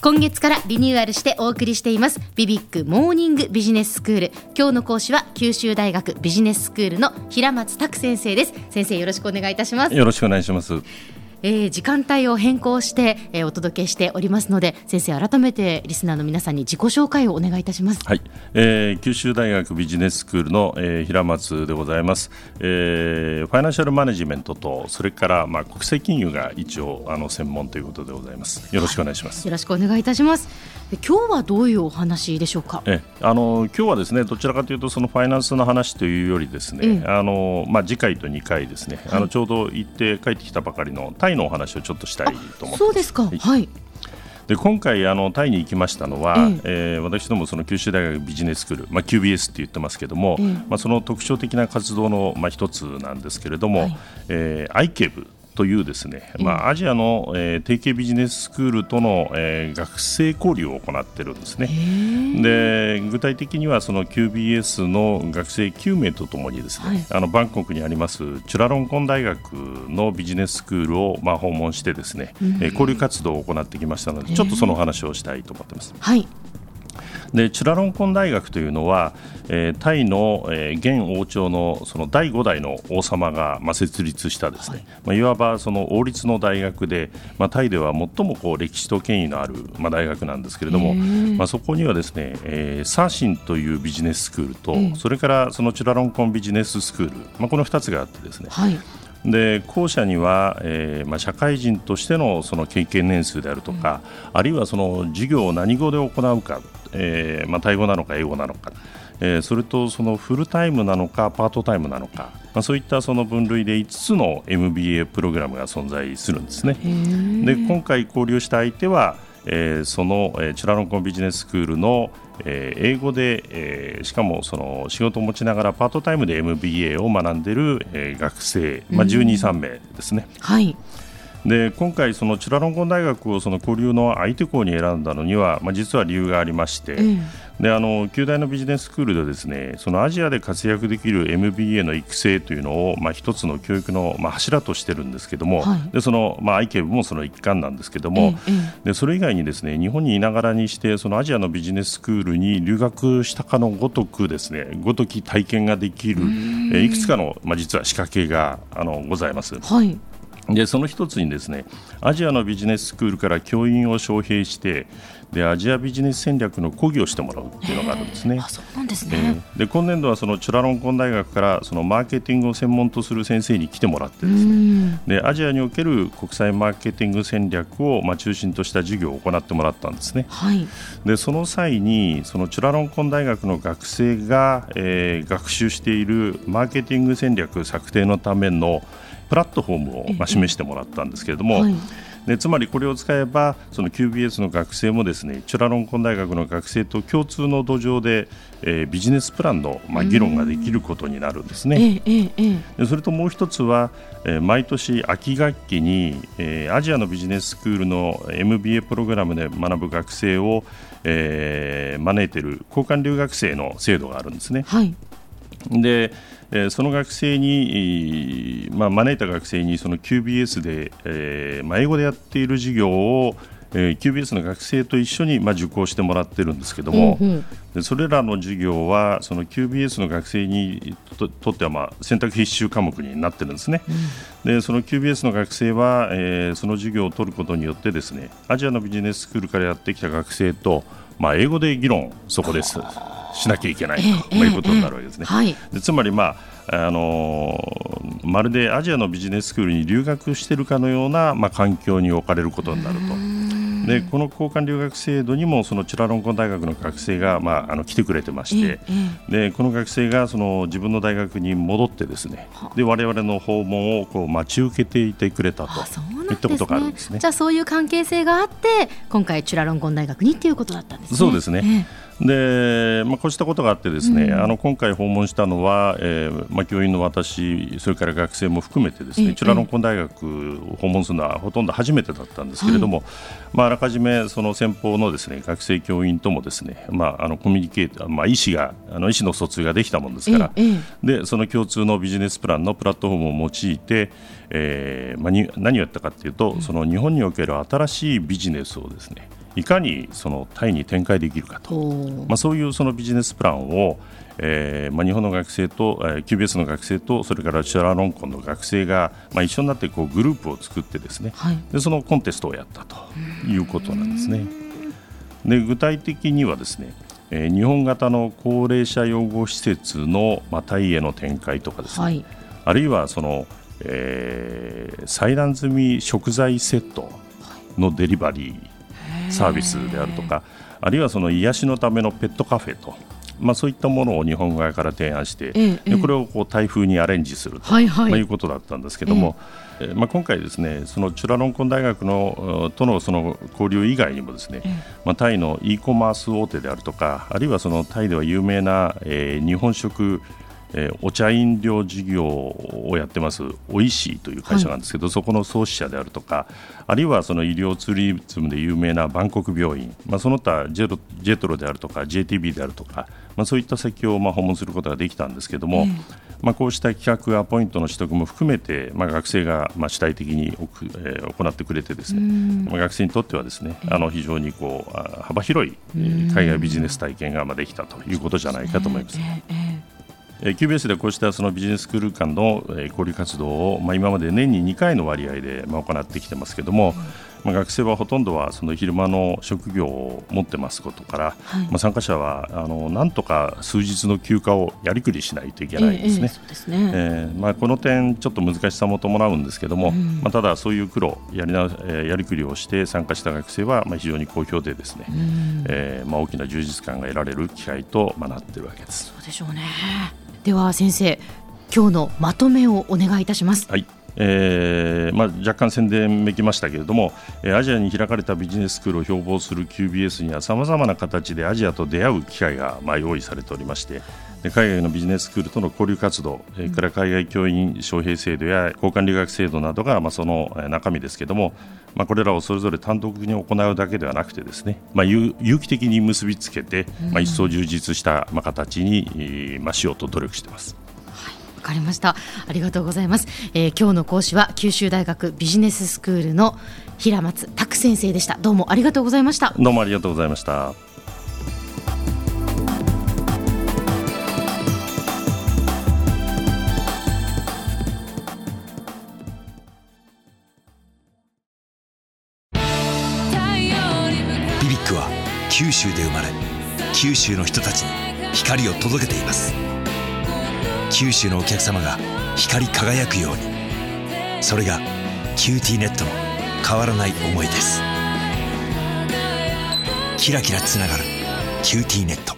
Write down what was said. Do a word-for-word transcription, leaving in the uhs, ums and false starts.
今月からリニューアルしてお送りしていますビビックモーニングビジネススクール。今日の講師は九州大学ビジネススクールの平松卓先生です。先生、よろしくお願いいたします。 よろしくお願いします。 えー、時間帯を変更して、えー、お届けしておりますので、先生、改めてリスナーの皆さんに自己紹介をお願いいたします。 はい、えー、九州大学ビジネススクールの、えー、平松でございます。えー、ファイナンシャルマネジメントとそれから、まあ、国際金融が一応あの専門ということでございます。よろしくお願いします。 よろしくお願いいたします。今日はどういうお話でしょうか。 えあの今日はですね、どちらかというとそのファイナンスの話というよりですね、あの、まあ、次回とにかいですね、はい、あのちょうど行って帰ってきたばかりのタイのお話をちょっとしたいと思ってます。 そうですか、はいはい。 で今回あのタイに行きましたのは、えええー、私どもその九州大学ビジネススクール、まあ、キュービーエス って言ってますけども、ええまあ、その特徴的な活動の、まあ、一つなんですけれども、はい、えー、アイケーブというですね、まあ、アジアの、えー、提携ビジネススクールとの、えー、学生交流を行っているんですね。で具体的にはその キュービーエス の学生きゅうめいとともにですね、はい、あのバンコクにありますチュラロンコン大学のビジネススクールを、まあ、訪問してですね、えー、交流活動を行ってきましたので、ちょっとその話をしたいと思っています。はい。でチュラロンコン大学というのは、えー、タイの、えー、現王朝 の, そのだいごだいの王様が、まあ、設立したですね、はいまあ、いわばその王立の大学で、まあ、タイでは最もこう歴史と権威のある、まあ、大学なんですけれども、まあ、そこにはですね、えー、サーシンというビジネススクールと、それからそのチュラロンコンビジネススクール、まあ、このふたつがあってですね、はいで後者には、えーまあ、社会人として の, その経験年数であるとか、うん、あるいはその授業を何語で行うか、えーまあ、タイ語なのか英語なのか、えー、それとそのフルタイムなのかパートタイムなのか、まあ、そういったその分類でいつつの エムビーエー プログラムが存在するんですね。で今回交流した相手は、えー、その、えー、チュラロンコンビジネススクールのえー、英語で、えー、しかもその仕事を持ちながらパートタイムで エムビーエー を学んでいる、えー、学生、まあ、じゅうに、さんめいですね。はい。で今回そのチュラロンコン大学をその交流の相手校に選んだのには、まあ、実は理由がありまして、うん、であの九大のビジネススクールでですね、そのアジアで活躍できる エムビーエー の育成というのを、まあ、一つの教育の、まあ、柱としてるんですけども、はい、でその、まあ、アイケーブもその一環なんですけども、うんうん、でそれ以外にですね、日本にいながらにしてそのアジアのビジネススクールに留学したかのごとくですね、ごとき体験ができる、えいくつかの、まあ、実は仕掛けがあのございます。はい。でその一つにですね、アジアのビジネススクールから教員を招聘してでアジアビジネス戦略の講義をしてもらうっていうのがあるんですね。 あ、そうなんですね。 えー、で今年度はそのチュラロンコン大学からそのマーケティングを専門とする先生に来てもらってですね、でアジアにおける国際マーケティング戦略をまあ中心とした授業を行ってもらったんですね。はい、でその際にそのチュラロンコン大学の学生が、えー、学習しているマーケティング戦略策定のためのプラットフォームをまあ示してもらったんですけれども、はい、でつまりこれを使えばその キュービーエス の学生もですね、チュラロンコン大学の学生と共通の土壌で、えー、ビジネスプランのまあ議論ができることになるんですね。でそれともう一つは、えー、毎年秋学期に、えー、アジアのビジネススクールの エムビーエー プログラムで学ぶ学生を、えー、招いている交換留学生の制度があるんですね。はい。でえー、その学生に、まあ、招いた学生にその キュービーエス で、えーまあ、英語でやっている授業を、えー、キュービーエス の学生と一緒に、まあ、受講してもらってるんですけども、うんうん、でそれらの授業はその キュービーエス の学生に と, とっては、まあ、選択必修科目になってるんですね。うん、でその キュービーエス の学生は、えー、その授業を取ることによってですね、アジアのビジネススクールからやってきた学生と、まあ、英語で議論そこですしなきゃいけないと、えーまあ、いうことになるわけですね。えーえーはい、でつまり、まああのー、まるでアジアのビジネススクールに留学しているかのような、まあ、環境に置かれることになると。でこの交換留学制度にもそのチュラロンコン大学の学生が、まあ、あの来てくれてまして、でこの学生がその自分の大学に戻ってですね、で我々の訪問をこう待ち受けていてくれたといったことがあるんですね。 じゃあそういう関係性があって今回チュラロンコン大学にということだったんですね。 そうですね。でまあ、こうしたことがあってですね、うん、あの今回訪問したのは、えーまあ、教員の私それから学生も含めてですね、チュラロンコン大学を訪問するのはほとんど初めてだったんですけれども、はい、まあ、あらかじめその先方のですね学生教員ともですね、まあ、あのコミュニケーター、まあ、意思があの意思の疎通ができたものですから、でその共通のビジネスプランのプラットフォームを用いて、えーまあ、に何をやったかというと、その日本における新しいビジネスをですねいかにそのタイに展開できるかと、まあ、そういうそのビジネスプランを、えーまあ、日本の学生と、えー、キュービーエス の学生とそれからチュラロンコンの学生が、まあ、一緒になってこうグループを作ってですね、はい、でそのコンテストをやったということなんですね。で具体的にはですね、えー、日本型の高齢者養護施設の、まあ、タイへの展開とかですね、はい、あるいはその、えー、裁断済み食材セットのデリバリーサービスであるとか、あるいはその癒しのためのペットカフェと、まあ、そういったものを日本側から提案して、ええ、でこれをこうタイ風にアレンジすると、はいはい、まあ、いうことだったんですけども、ええまあ、今回ですね、そのチュラロンコン大学のとのその交流以外にもですね、ええまあ、タイの e コマース大手であるとか、あるいはそのタイでは有名な、えー、日本食えー、お茶飲料事業をやってますおいしいという会社なんですけど、はい、そこの創始者であるとか、あるいはその医療ツーリズムで有名なバンコク病院、まあ、その他ジェロ、ジェトロであるとか ジェーティービー であるとか、まあ、そういった先をまあ訪問することができたんですけども、えーまあ、こうした企画アポイントの取得も含めて、まあ、学生がまあ主体的に、えー、行ってくれてですね、まあ、学生にとってはですね、あの非常にこう幅広い海外ビジネス体験がまあできたということじゃないかと思います。えーえーキュービーエス ではこうしたそのビジネススクール間の交流活動を、まあ、今まで年ににかいの割合でまあ行ってきてますけども、まあ、学生はほとんどはその昼間の職業を持ってますことから、はいまあ、参加者はあのなんとか数日の休暇をやりくりしないといけないんですね。えーまあ、この点ちょっと難しさも伴うんですけども、うんまあ、ただそういう苦労やりな、えー、やりくりをして参加した学生はまあ非常に好評でですね、うんえーまあ、大きな充実感が得られる機会とまあなっているわけです。 そうでしょうね。では先生、今日のまとめをお願いいたします。 はい、えーまあ、若干宣伝めきましたけれども、アジアに開かれたビジネススクールを標榜する キュービーエス にはさまざまな形でアジアと出会う機会がまあ用意されておりまして、で海外のビジネススクールとの交流活動、それから海外教員招聘制度や交換留学制度などがまあその中身ですけれども、まあ、これらをそれぞれ単独に行うだけではなくてですね、まあ、有機的に結びつけて、まあ、一層充実したまあ形にまあしようと努力しています。 わかりました。ありがとうございます。えー、今日の講師は九州大学ビジネススクールの平松卓先生でした。どうもありがとうございました。 どうもありがとうございました。 ビビックは九州で生まれ、九州の人たちに光を届けています。九州のお客様が光り輝くように、それがキューティーネットの変わらない思いです。キラキラつながるキューティーネット。